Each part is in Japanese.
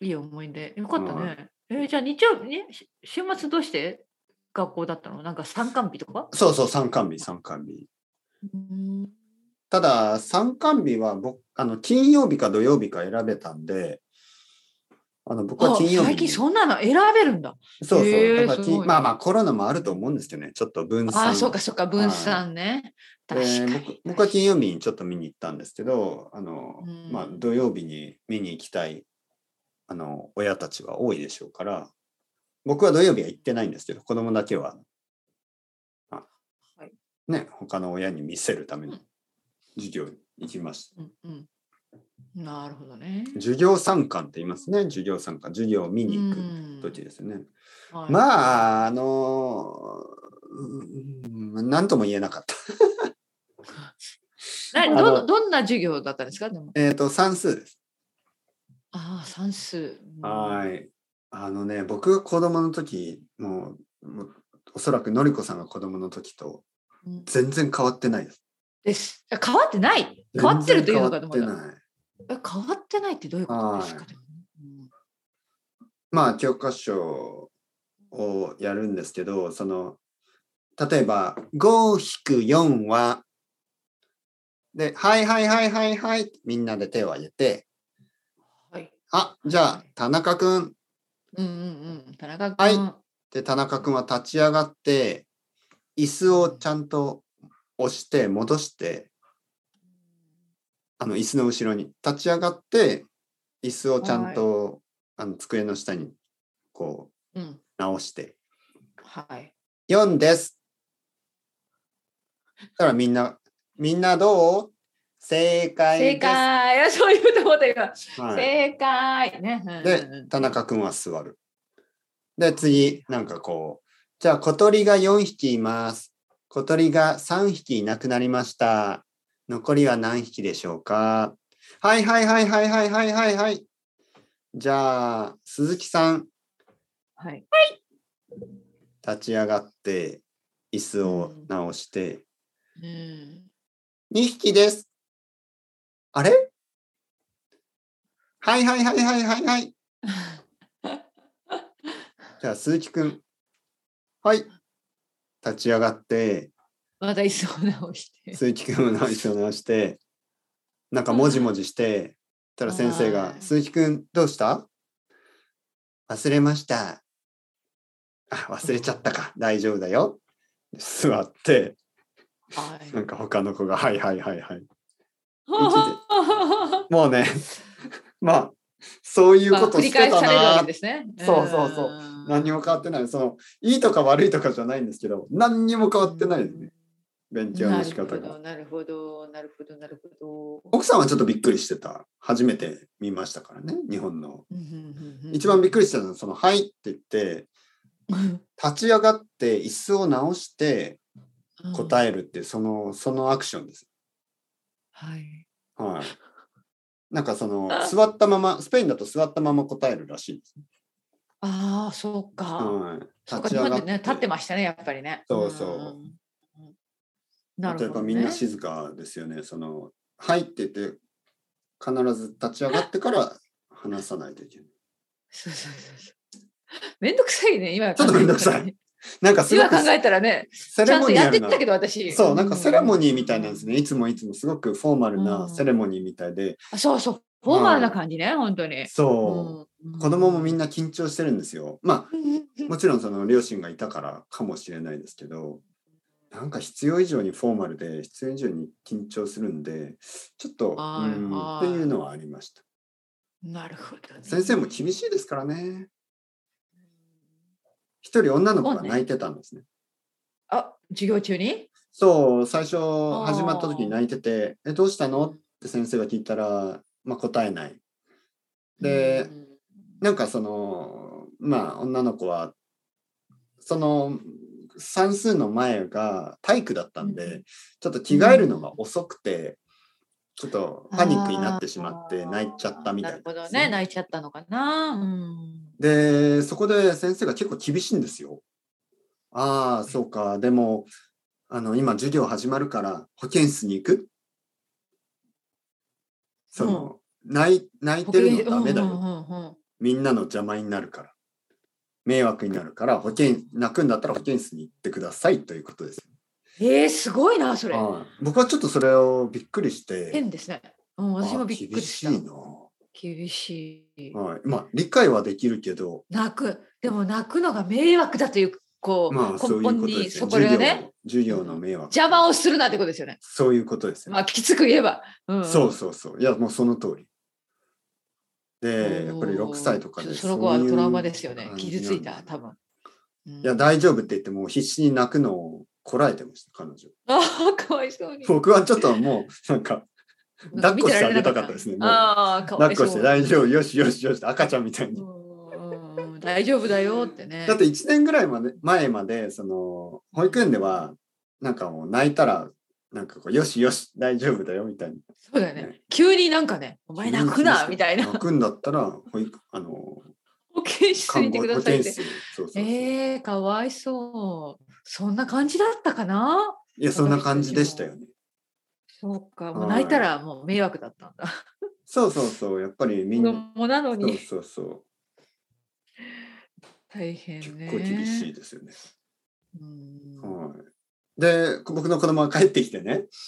いい思い出。よかったはい。 ね。じゃあ日曜日ね、週末どうして学校だったの？なんか参観日とか？ そうそう、参観日、参観日。 うーん。 ただ、参観日は金曜日か土曜日か選べたんで、僕はあ、 金曜最日に、 近そんなの選べるんだ。 そうそう、 へえ、 だからすごいね。 まあまあコロナもあると思うんですけどね、ちょっと分ああ、そう散。 かそうか、分は散ね。 い。 確で、 かに、 僕は金曜日にちょっと見に行ったんですけど、 うまあん。 土曜日に見に行きたい、親たちは多いでしょうから、僕は土曜日は行ってないんですけど、子供だけは、あはい。 ね、他の親に見せるためにうん、 授業に行きました。 うんうん。なるほどね。 授業参観って言いますね。授業参観。授業を見うに行く時ん。 ですね。 はいはい。 まあ、なんとも言えなかった。あの、 どんな授業だったんですか？でも。 算数です。 ああ、算数。うん。 はい。僕が子供の時、おそらくのりこさんが子供の時とうん。 全然変わってないです。 です。変わってない？変わ全ってるという然変わっのかと思った。 てない。 変わってないってどういうことですか？ はい。 でも。うん。 まあ、教科書をやるんですけど、例えば、5-4は、で、はいはいはいはいはい、みんなで手を挙げて、 はい。 じゃあ、 はいはい。 田中くん、 うんうんうん。田中はい。 君。 で、田中くんは立ち上がって、椅子をちゃんと押して戻して、椅子の後ろに立ち上がって、椅子をちゃんはい。 と、机の下に、こうん。 う、直して、 はい。 4です。そしたらみんなどう？正正解です。 解。そういうところ今。 はい。 正解。ね。うんうんで、 うん。 田中くんは座る。で、 はい次、なんかこう、じゃあ小鳥が4匹います。小鳥が3匹いなくなりました。残りは何匹でしょうか？はいはいはいはいはいはいはいはい。じゃあ、鈴木さん、 はい。 立ち上がって、椅子をうん。 直して、 うん。 2匹です。あれ？はいはいはいはいはいはい。じゃあ、鈴木くん、はい。立ち上がって、 また椅子を直して。 鈴木くんの椅子を直して、なんかもじもじして、たら先生が、 はい。 鈴木くんどうした？忘れました。忘れちゃったか。大丈夫だよ。座って、 はい。 なんか他の子が、はいはいはいはい。息で。もうね、まあ、そういうこまあ、繰りとしてた返されるわけな。 ですね。うそうそうそう。何にも変わってない。いいとか悪いとかじゃないんですけど、何にも変わってないですね。勉強のなる仕方が。 ほど、なるほど、なるほど、なるほど。 奥さんはちょっとびっくりしてた。初めて見ましたからね、日本の。 うんうんうん一番びっくりしたのは、はいって言って、 うんうん。 立ち上がって椅子を直してうん。 答えるっていう、そのアクションです。 はい。 はい。なんか座ったまま、スペインだと座ったまま答えるらしいですね。 ああ、そうか。 はい。 そうか、 立ち上が日本でね、立ってって、 ましたね、やっぱりね。うそうそん。 う。 なるあとやっぱみんなほどね。 静かですよね。はいって言って、必ず立ち上がってから話さないといけない。 そうそうそうそう。めんどくさいね、今ちょっと考えめんどくさい。 たらね。 なんかすごく今考えたらね、 セレモちゃんとやっニアルな、 てたけど、私。うそう、なんかセレモニーみたいなんですね。 ん。 いつもいつもすごくフォーマルなセレモニーみたいで、 あ、そうそう、フォーマルなはい。 感じね、ほんとに。うん、 そう。 う子供もみんん。 な緊張してるんですよ。まあ、もちろんその両親がいたからかもしれないですけど、なんか必要以上にフォーマルで、必要以上に緊張するんで、ちょっと、 はいっていうはのはありました。 い。なるほど先生もね。 厳しいですからね。一人女の子そうね。 が泣いてたんですね。 あ、授業中に？ そう、最初始まった時にああ。 泣いてて、どうしたのっうん。 て先生が聞いたら、まあ答えない。 うで、 ん。 なんかまあ女の子はその算数の前が体育だったうん。 んで、ちょっとう着替えるのがん。 遅くて、ちょっとパニックになっあてしまって泣いちゃったあ、なみたいるほどね、 なんですね。 泣いちゃったのかな。うん。 で、そこで先生が結構厳しいんですよ。ああ、そうか。でも、今授業始まるから保健室に行く？ うん。 泣いてるのはうんうダメだよ。 んうんうん。 みんなの邪魔になるから、迷惑になるから、泣くんだったら保健室に行ってくださいということです。 すごいな、それ。 僕はちょっとそれをびっくりして。 変ですね。私もびっくりした。 厳しいな。 厳しい。 理解はできるけど。 でも泣くのが迷惑だという、根本にそこがね。 授業の迷惑。 邪魔をするなってことですよね。 そういうことですよ。 きつく言えば。 そう。いや、もうその通り。で、やっぱり6歳とかで。 その子はトラウマですよね。傷ついた、多分。 いや、大丈夫って言っても必死に泣くのをこらえてました、彼女。 かわいそうに。 僕はちょっともう、なんか、抱っこしてあげたかったですね。抱っこして大丈夫、よし、赤ちゃんみたいに。 大丈夫だよってね。 だって1年ぐらい前まで、保育園では、なんかもう泣いたら、なんかよし、大丈夫だよみたいな。 そうだよね。急になんかね、お前泣くなみたいな。 泣くんだったら、保健室にいてくださいって。かわいそう。そんな感じだったかな？ いや、そんな感じでしたよね。 そうか、もう泣いたらもう迷惑だったんだ。 そう、やっぱりみんな。 子供なのに。 そう。 大変ね。 結構厳しいですよね。で、僕の子供が帰ってきて、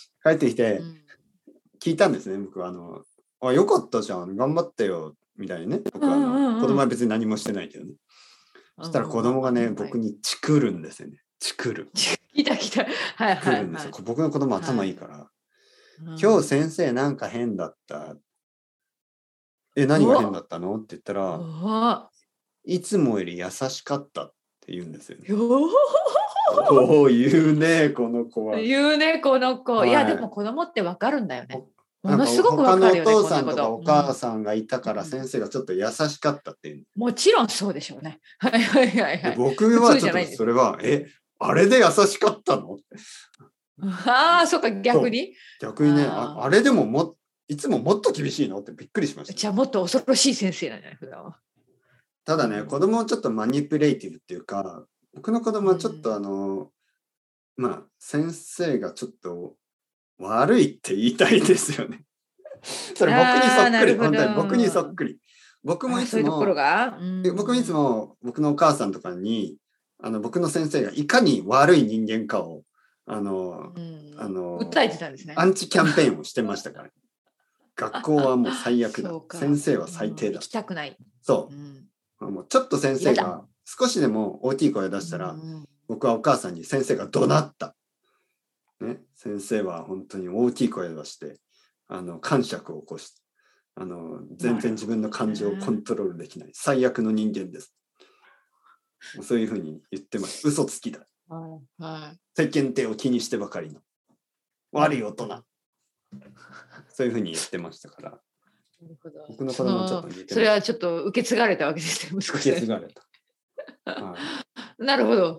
聞いたんですね、僕は。よかったじゃん、頑張ったよ、みたいにね。僕は子供は別に何もしてないけどね。そしたら子供がね、僕にチクるんですよね。チクる。 来た。はい。 僕の子供頭いいから。今日先生なんか変だった。何が変だったのって言ったら、いつもより優しかったって言うんですよね。言うね、この子は。 言うね、この子。いや、でも子供ってわかるんだよね。ものすごくわかるよね。 他のお父さんとかお母さんがいたから先生がちょっと優しかったっていう。 もちろんそうでしょうね。 僕はちょっとそれは、あれで優しかったの？ そうか、逆にね、あれでもいつももっと厳しいのってびっくりしました。 じゃあもっと恐ろしい先生なんじゃない？普段は。 ただね、子供はちょっとマニピュレーティブっていうか、僕の子供はちょっと先生がちょっと悪いって言いたいですよね。それ僕にそっくり、本当に僕にそっくり。僕もいつも僕のお母さんとかに僕の先生がいかに悪い人間かを訴えてたんですね。 アンチキャンペーンをしてましたから。学校はもう最悪だ。先生は最低だ。 行きたくない。 そう。もうちょっと先生が少しでも大きい声を出したら、僕はお母さんに先生が怒鳴った。ね、先生は本当に大きい声を出して癇癪を起こして全然自分の感情をコントロールできない最悪の人間です。そういうふうに言ってます。嘘つきだ。世間体を気にしてばかりの悪い大人。そういうふうに言ってましたから。僕の子供ちょっと似てます。 それはちょっと受け継がれたわけですね、息子さん。 受け継がれた。 なるほど。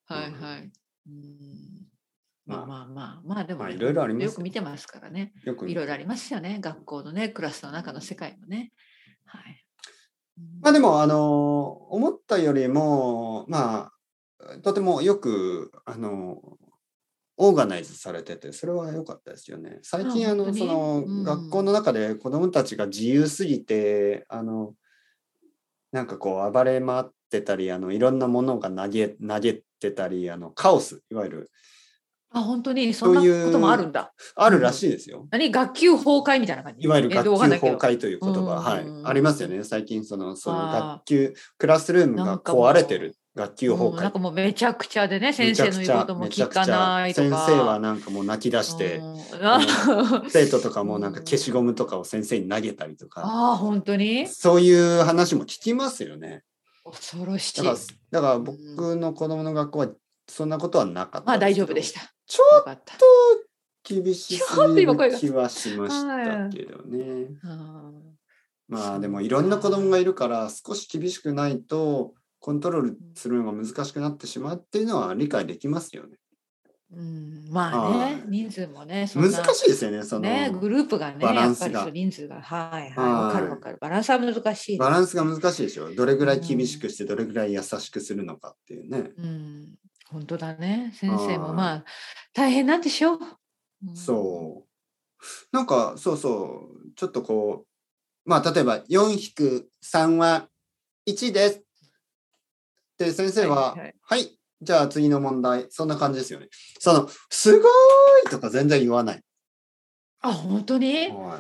まあでも、 いろいろあります。 よく見てますからね。いろいろありますよね。学校のね、クラスの中の世界もね。 でも思ったよりもとてもよくオーガナイズされてて、それは良かったですよね。最近学校の中で子どもたちが自由すぎてなんかこう暴れ回ってたりいろんなものが投げてたりカオス、いわゆる本当にそんなこともあるんだ。 あるらしいですよ。 学級崩壊みたいな感じ。 いわゆる学級崩壊という言葉、ありますよね。最近そういう学級クラスルームが壊れてる。学級崩壊。 なんかもうめちゃくちゃでね、先生の言うことも聞かないとか。 先生はなんかもう泣き出して生徒とかもなんか消しゴムとかを先生に投げたりとか。 本当にそういう話も聞きますよね。 恐ろしい。 だから僕の子供の学校はそんなことはなかった。 大丈夫でした。 ちょっと厳しすぎる気はしましたけどね。でもいろんな子供がいるから少し厳しくないとコントロールするのが難しくなってしまうっていうのは理解できますよね。 人数もね、 難しいですよね。 グループがね、 バランスが、 人数が、わかる。バランスは難しい。 バランスが難しいでしょ。どれぐらい厳しくしてどれぐらい優しくするのかっていうね。 本当だね。先生も大変なんでしょう。 なんかちょっとこう例えば4-3は 1です。で、先生は、はい、じゃあ次の問題。そんな感じですよね。すごいとか全然言わない。 あ、本当に？ はい。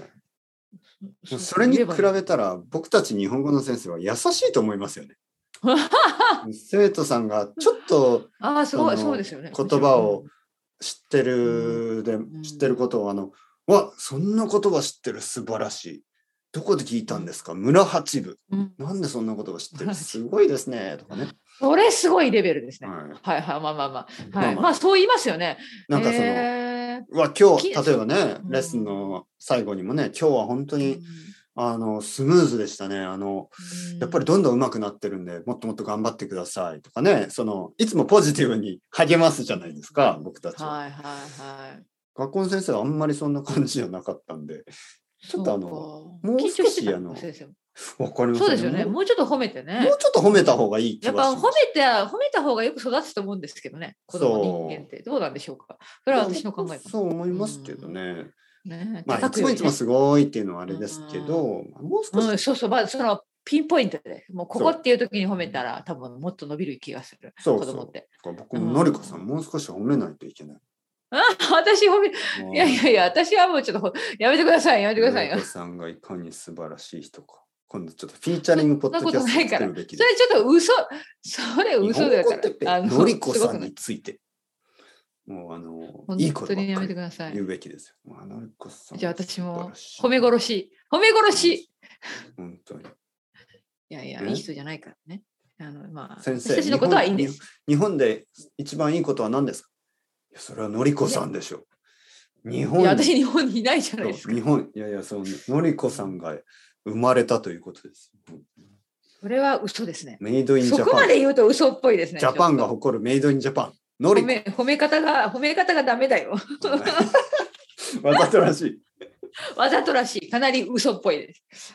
それに比べたら、僕たち日本語の先生は優しいと思いますよね。生徒さんがちょっとすごい、そうですよね。 言葉を知ってることをわ、そんな言葉知ってる、素晴らしい。どこで聞いたんですか？村八部。なんでそんな言葉知ってる？すごいですね。とかね。 それすごいレベルですね。はいはい、まあまあまあ。はい、まあそう言いますよね。 なんか今日、例えばね、レッスンの最後にもね、今日は本当に、スムーズでしたね。やっぱりどんどん上手くなってるんで、もっともっと頑張ってくださいとかね、いつもポジティブに励ますじゃないですか、僕たちは。はいはいはい。学校の先生はあんまりそんな感じじゃなかったんで、ちょっともう少しわかりますね。 そうですよね。もうちょっと褒めてね。 もうちょっと褒めた方がいい気がします。やっぱ褒めた方がよく育つと思うんですけどね。子供人間ってどうなんでしょうか。それは私の考え。 そう思いますけどね。まあいつもいつもすごいっていうのはあれですけど、もう少し。 そうそう、まあピンポイントで、もうここっていう時に褒めたら多分もっと伸びる気がする。子供って。 僕ものりこさんもう少し褒めないといけない。 私褒め、いや、私はもうちょっとやめてください、やめてくださいよ。 のりこさんがいかに素晴らしい人か。今度ちょっとフィーチャリングポッドキャスト作るべきです。 それちょっと嘘、それ嘘だから。 のりこさんについて。もういいことばっかり言うべきですよ。 じゃあ私も褒め殺し。 本当に。 いやいや、いい人じゃないからね。 先生、私のことはいいんです。日本で一番いいことは何ですか？いや、それはのりこさんでしょ。 いや、私日本にいないじゃないですか。 いやいや、のりこさんが生まれたということです。 それは嘘ですね。 メイドインジャパン。 そこまで言うと嘘っぽいですね。 ジャパンが誇るメイドインジャパン。 褒め方がダメだよ。 わざとらしい。 わざとらしい。かなり嘘っぽいです。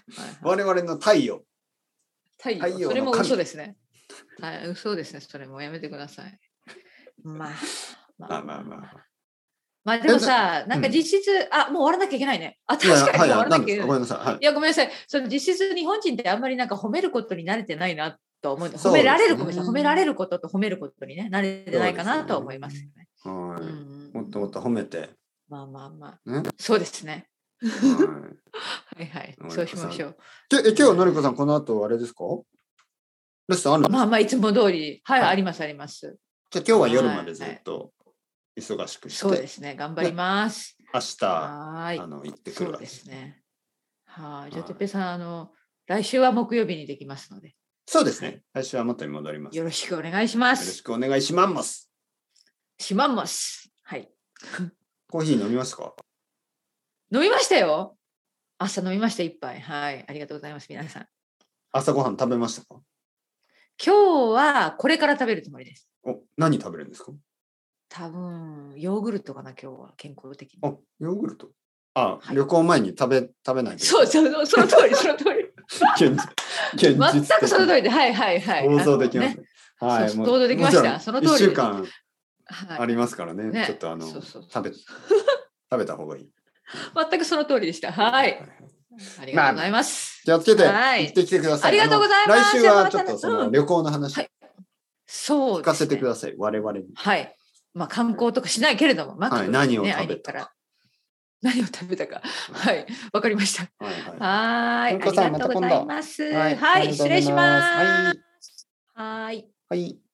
我々の太陽。 それも嘘ですね。はい、嘘ですね。それもやめてください。まあ。まあでもさ、なんか実質、もう終わらなきゃいけないね。確かに終わらなきゃいけない。 ごめんなさい。 いや、ごめんなさい。実質日本人ってあんまりなんか褒めることに慣れてないなと思う。褒められることと褒めることにね、慣れてないかなと思います。 もっともっと褒めて。 まあ。そうですね。はいはい。そうしましょう。 今日のりこさん、この後あれですか？レッスンあるんですか？ まあいつも通り。はい、ありますあります。 じゃあ今日は夜までずっと忙しくして。 そうですね。頑張ります。 明日行ってくる。 そうですね。はい。じゃあてっぺいさん、来週は木曜日にできますので。 そうですね。来週は元に戻ります。 よろしくお願いします。 よろしくお願いします。 はい。 コーヒー飲みますか？ 飲みましたよ。朝飲みました、一杯。はい。ありがとうございます、皆さん。 朝ごはん食べましたか？ 今日はこれから食べるつもりです。 何食べるんですか？ 多分、ヨーグルトかな、今日は。健康的に。 ヨーグルト。旅行前に食べない。 そう、その通り。全くその通りで。はい。 想像できます。はい。 想像できました。その通り。 1週間ありますからね。ちょっと食べた方がいい。 全くその通りでした。はい。ありがとうございます。 気をつけて行ってきてください。 ありがとうございます。 来週はちょっとその旅行の話聞かせてください。我々に。 はい。まあ観光とかしないけれども、 何を食べたか。 はい。わかりました。はい。ありがとうございます。はい。失礼します。 はい。